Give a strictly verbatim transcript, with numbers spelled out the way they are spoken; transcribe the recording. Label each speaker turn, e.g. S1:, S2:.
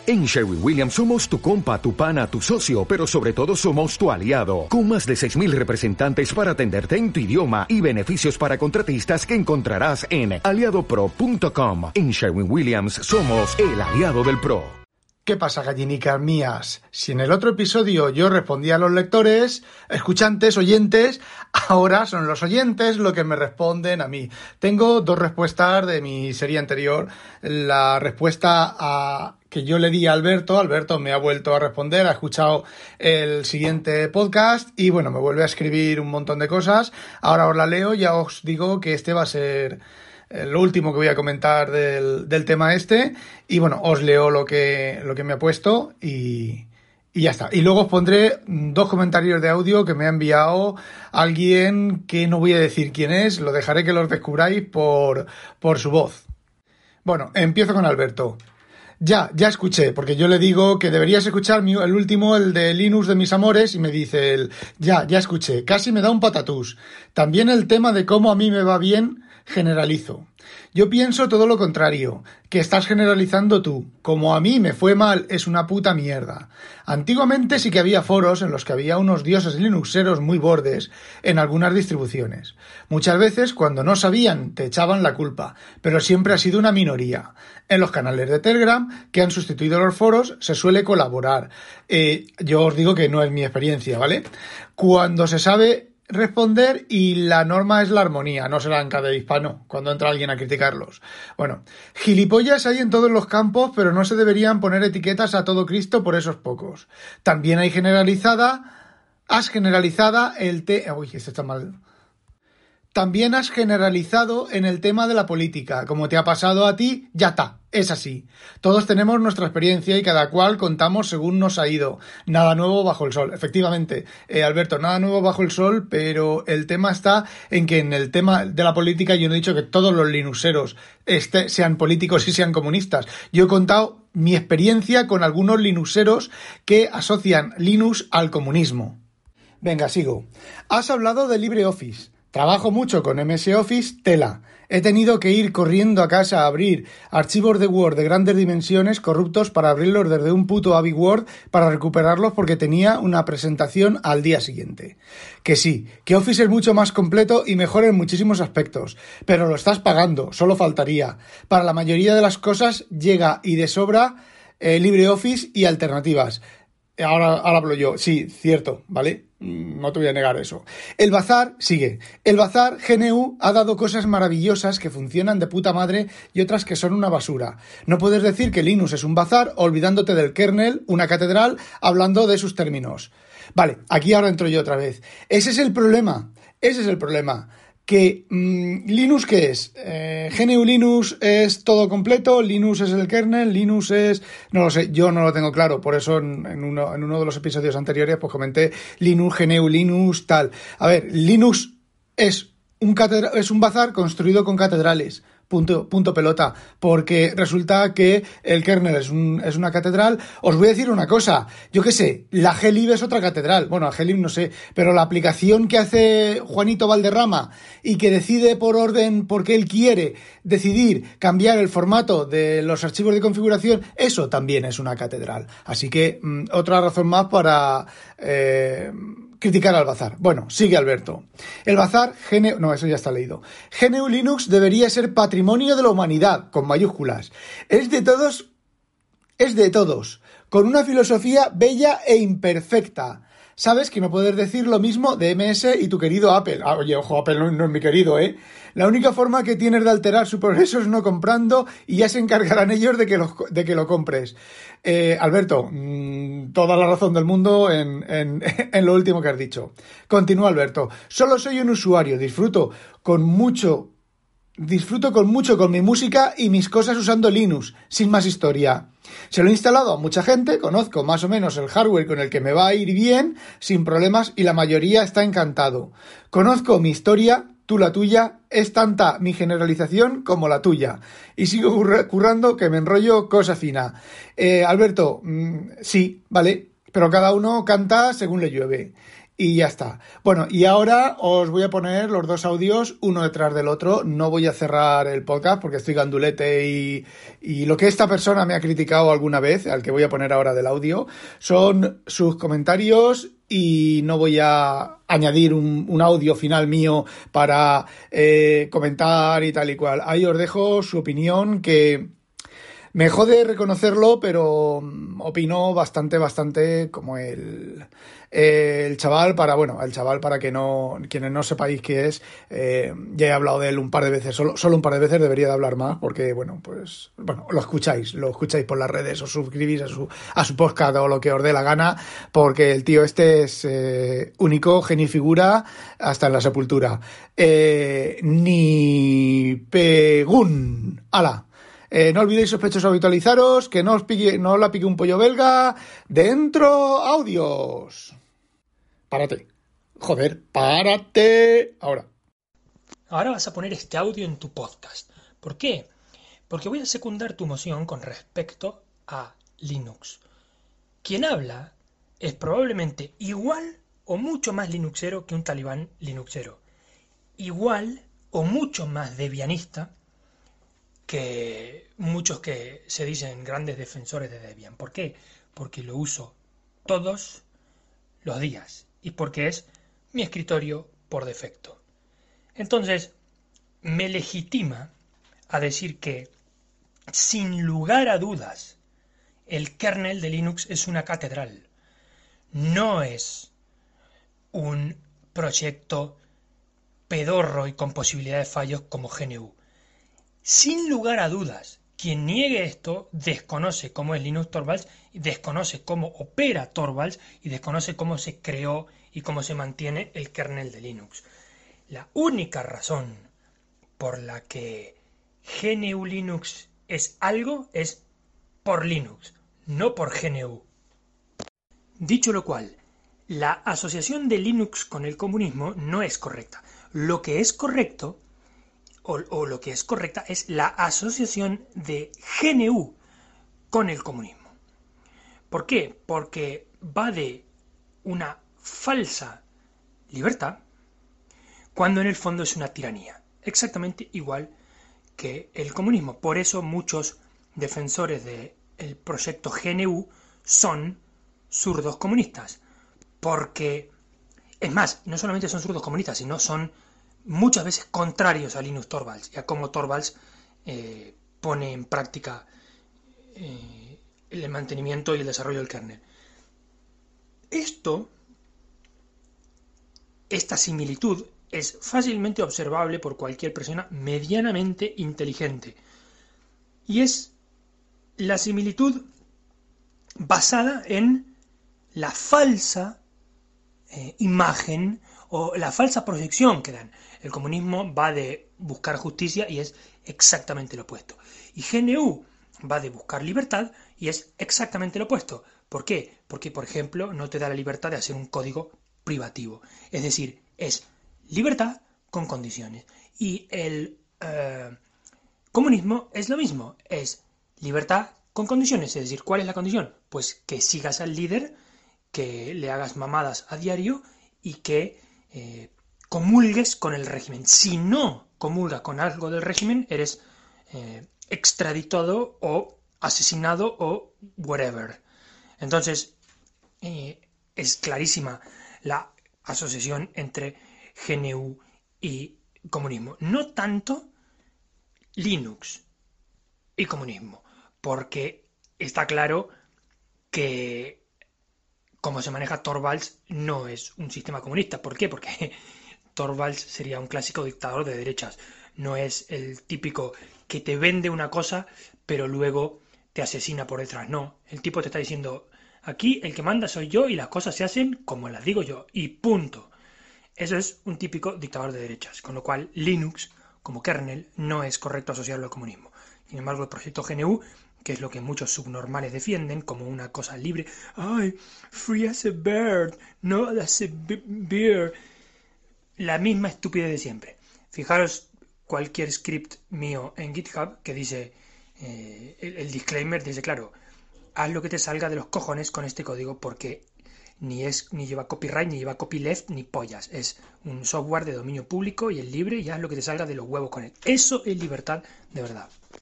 S1: En Sherwin-Williams somos tu compa, tu pana, tu socio, pero sobre todo somos tu aliado, con más de seis mil representantes para atenderte en tu idioma y beneficios para contratistas que encontrarás en aliado pro punto com. En Sherwin-Williams somos el aliado del pro.
S2: ¿Qué pasa, gallinicas mías? Si en el otro episodio yo respondía a los lectores, escuchantes, oyentes, ahora son los oyentes los que me responden a mí. Tengo dos respuestas de mi serie anterior. La respuesta a que yo le di a Alberto, Alberto me ha vuelto a responder, ha escuchado el siguiente podcast y bueno, me vuelve a escribir un montón de cosas. Ahora os la leo, ya os digo que este va a ser lo último que voy a comentar del, del tema este, y bueno, os leo lo que, lo que me ha puesto y, y ya está. Y luego os pondré dos comentarios de audio que me ha enviado alguien que no voy a decir quién es, lo dejaré que los descubráis por, por su voz. Bueno, empiezo con Alberto. Ya, ya escuché, porque yo le digo que deberías escuchar mi, el último, el de Linux de mis amores, y me dice él, ya, ya escuché, casi me da un patatús. También el tema de cómo a mí me va bien, generalizo. Yo pienso todo lo contrario, que estás generalizando tú. Como a mí me fue mal, es una puta mierda. Antiguamente sí que había foros en los que había unos dioses linuxeros muy bordes en algunas distribuciones. Muchas veces, cuando no sabían, te echaban la culpa, pero siempre ha sido una minoría. En los canales de Telegram, que han sustituido los foros, se suele colaborar. Eh, yo os digo que no es mi experiencia, ¿vale? Cuando se sabe responder y la norma es la armonía, no será en cada hispano, cuando entra alguien a criticarlos. Bueno, gilipollas hay en todos los campos, pero no se deberían poner etiquetas a todo Cristo por esos pocos. También hay generalizada, has generalizada el te... Uy, esto está mal... También has generalizado en el tema de la política. Como te ha pasado a ti, ya está, es así. Todos tenemos nuestra experiencia y cada cual contamos según nos ha ido. Nada nuevo bajo el sol. Efectivamente, eh, Alberto, nada nuevo bajo el sol, pero el tema está en que en el tema de la política yo no he dicho que todos los linuxeros este, sean políticos y sean comunistas. Yo he contado mi experiencia con algunos linuxeros que asocian Linux al comunismo. Venga, sigo. Has hablado de LibreOffice. Trabajo mucho con eme ese Office, tela. He tenido que ir corriendo a casa a abrir archivos de Word de grandes dimensiones corruptos para abrirlos desde un puto Avi Word para recuperarlos porque tenía una presentación al día siguiente. Que sí, que Office es mucho más completo y mejor en muchísimos aspectos, pero lo estás pagando, solo faltaría. Para la mayoría de las cosas llega y de sobra eh, LibreOffice y alternativas. Ahora, ahora hablo yo. Sí, cierto, ¿vale? No te voy a negar eso. El Bazar sigue. El Bazar G N U ha dado cosas maravillosas que funcionan de puta madre y otras que son una basura. No puedes decir que Linux es un bazar olvidándote del kernel, una catedral, hablando de sus términos. Vale, aquí ahora entro yo otra vez. Ese es el problema. Ese es el problema. Que mmm, Linux, ¿qué es? Eh, G N U Linux es todo completo, Linux es el kernel, Linux es... No lo sé, yo no lo tengo claro, por eso en, en, uno, en uno de los episodios anteriores pues comenté Linux, G N U Linux, tal. A ver, Linux es un, catedra- es un bazar construido con catedrales. Punto, punto pelota, porque resulta que el kernel es, un, es una catedral. Os voy a decir una cosa, yo qué sé, la glib es otra catedral, bueno, la glib no sé, pero la aplicación que hace Juanito Valderrama y que decide por orden, porque él quiere decidir cambiar el formato de los archivos de configuración, eso también es una catedral. Así que mmm, otra razón más para... Eh, criticar al bazar. Bueno, sigue Alberto. El bazar, G N U... No, eso ya está leído. G N U Linux debería ser patrimonio de la humanidad, con mayúsculas. Es de todos... Es de todos. Con una filosofía bella e imperfecta. Sabes que no puedes decir lo mismo de eme ese y tu querido Apple. Ah, oye, ojo, Apple no, no es mi querido, ¿eh? La única forma que tienes de alterar su progreso es no comprando y ya se encargarán ellos de que lo, de que lo compres. Eh, Alberto, mmm, toda la razón del mundo en, en, en lo último que has dicho. Continúa, Alberto. Solo soy un usuario, disfruto con mucho... Disfruto con mucho con mi música y mis cosas usando Linux, sin más historia. Se lo he instalado a mucha gente, conozco más o menos el hardware con el que me va a ir bien, sin problemas, y la mayoría está encantado. Conozco mi historia, tú la tuya, es tanta mi generalización como la tuya. Y sigo curr- currando que me enrollo cosa fina. Eh, Alberto, mmm, sí, vale, pero cada uno canta según le llueve. Y ya está. Bueno, y ahora os voy a poner los dos audios uno detrás del otro. No voy a cerrar el podcast porque estoy gandulete y, y lo que esta persona me ha criticado alguna vez, al que voy a poner ahora del audio, son sus comentarios y no voy a añadir un, un audio final mío para eh, comentar y tal y cual. Ahí os dejo su opinión que... Me jode reconocerlo, pero opino bastante, bastante como el, el chaval para, bueno, el chaval para que no, quienes no sepáis qué es, eh, ya he hablado de él un par de veces, solo, solo un par de veces, debería de hablar más, porque, bueno, pues, bueno, lo escucháis, lo escucháis por las redes, os suscribís a su, a su podcast o lo que os dé la gana, porque el tío este es eh, único, genio y figura, hasta en la sepultura. Eh, ni pegún. ¡Hala! Eh, no olvidéis, sospechosos, habitualizaros, que no os, pique, no os la pique un pollo belga. ¡Dentro audios! Párate. Joder, párate. Ahora.
S3: Ahora vas a poner este audio en tu podcast. ¿Por qué? Porque voy a secundar tu moción con respecto a Linux. Quien habla es probablemente igual o mucho más linuxero que un talibán linuxero. Igual o mucho más debianista que muchos que se dicen grandes defensores de Debian. ¿Por qué? Porque lo uso todos los días y porque es mi escritorio por defecto. Entonces, me legitima a decir que, sin lugar a dudas, el kernel de Linux es una catedral. No es un proyecto pedorro y con posibilidad de fallos como G N U. Sin lugar a dudas, quien niegue esto desconoce cómo es Linus Torvalds, desconoce cómo opera Torvalds y desconoce cómo se creó y cómo se mantiene el kernel de Linux. La única razón por la que G N U Linux es algo es por Linux, no por G N U. Dicho lo cual, la asociación de Linux con el comunismo no es correcta. Lo que es correcto O, o lo que es correcta es la asociación de G N U con el comunismo. ¿Por qué? Porque va de una falsa libertad cuando en el fondo es una tiranía, exactamente igual que el comunismo. Por eso muchos defensores del proyecto G N U son zurdos comunistas, porque, es más, no solamente son zurdos comunistas, sino son muchas veces contrarios a Linus Torvalds y a cómo Torvalds eh, pone en práctica eh, el mantenimiento y el desarrollo del kernel. Esto, esta similitud es fácilmente observable por cualquier persona medianamente inteligente y es la similitud basada en la falsa eh, imagen o la falsa proyección que dan. El comunismo va de buscar justicia y es exactamente lo opuesto. Y G N U va de buscar libertad y es exactamente lo opuesto. ¿Por qué? Porque, por ejemplo, no te da la libertad de hacer un código privativo. Es decir, es libertad con condiciones. Y el eh, comunismo es lo mismo. Es libertad con condiciones. Es decir, ¿cuál es la condición? Pues que sigas al líder, que le hagas mamadas a diario y que Eh, comulgues con el régimen. Si no comulgas con algo del régimen, eres eh, extraditado o asesinado o whatever. Entonces, eh, es clarísima la asociación entre G N U y comunismo. No tanto Linux y comunismo, porque está claro que como se maneja Torvalds no es un sistema comunista. ¿Por qué? Porque Torvalds sería un clásico dictador de derechas. No es el típico que te vende una cosa pero luego te asesina por detrás. No, el tipo te está diciendo, aquí el que manda soy yo y las cosas se hacen como las digo yo y punto. Eso es un típico dictador de derechas, con lo cual Linux como kernel no es correcto asociarlo al comunismo. Sin embargo, el proyecto G N U, que es lo que muchos subnormales defienden como una cosa libre. ¡Ay! Free as a bird, no as a beer. La misma estupidez de siempre. Fijaros cualquier script mío en GitHub que dice, eh, el, el disclaimer dice, claro, haz lo que te salga de los cojones con este código porque ni es ni lleva copyright, ni lleva copyleft, ni pollas. Es un software de dominio público y es libre y haz lo que te salga de los huevos con él. Eso es libertad de verdad.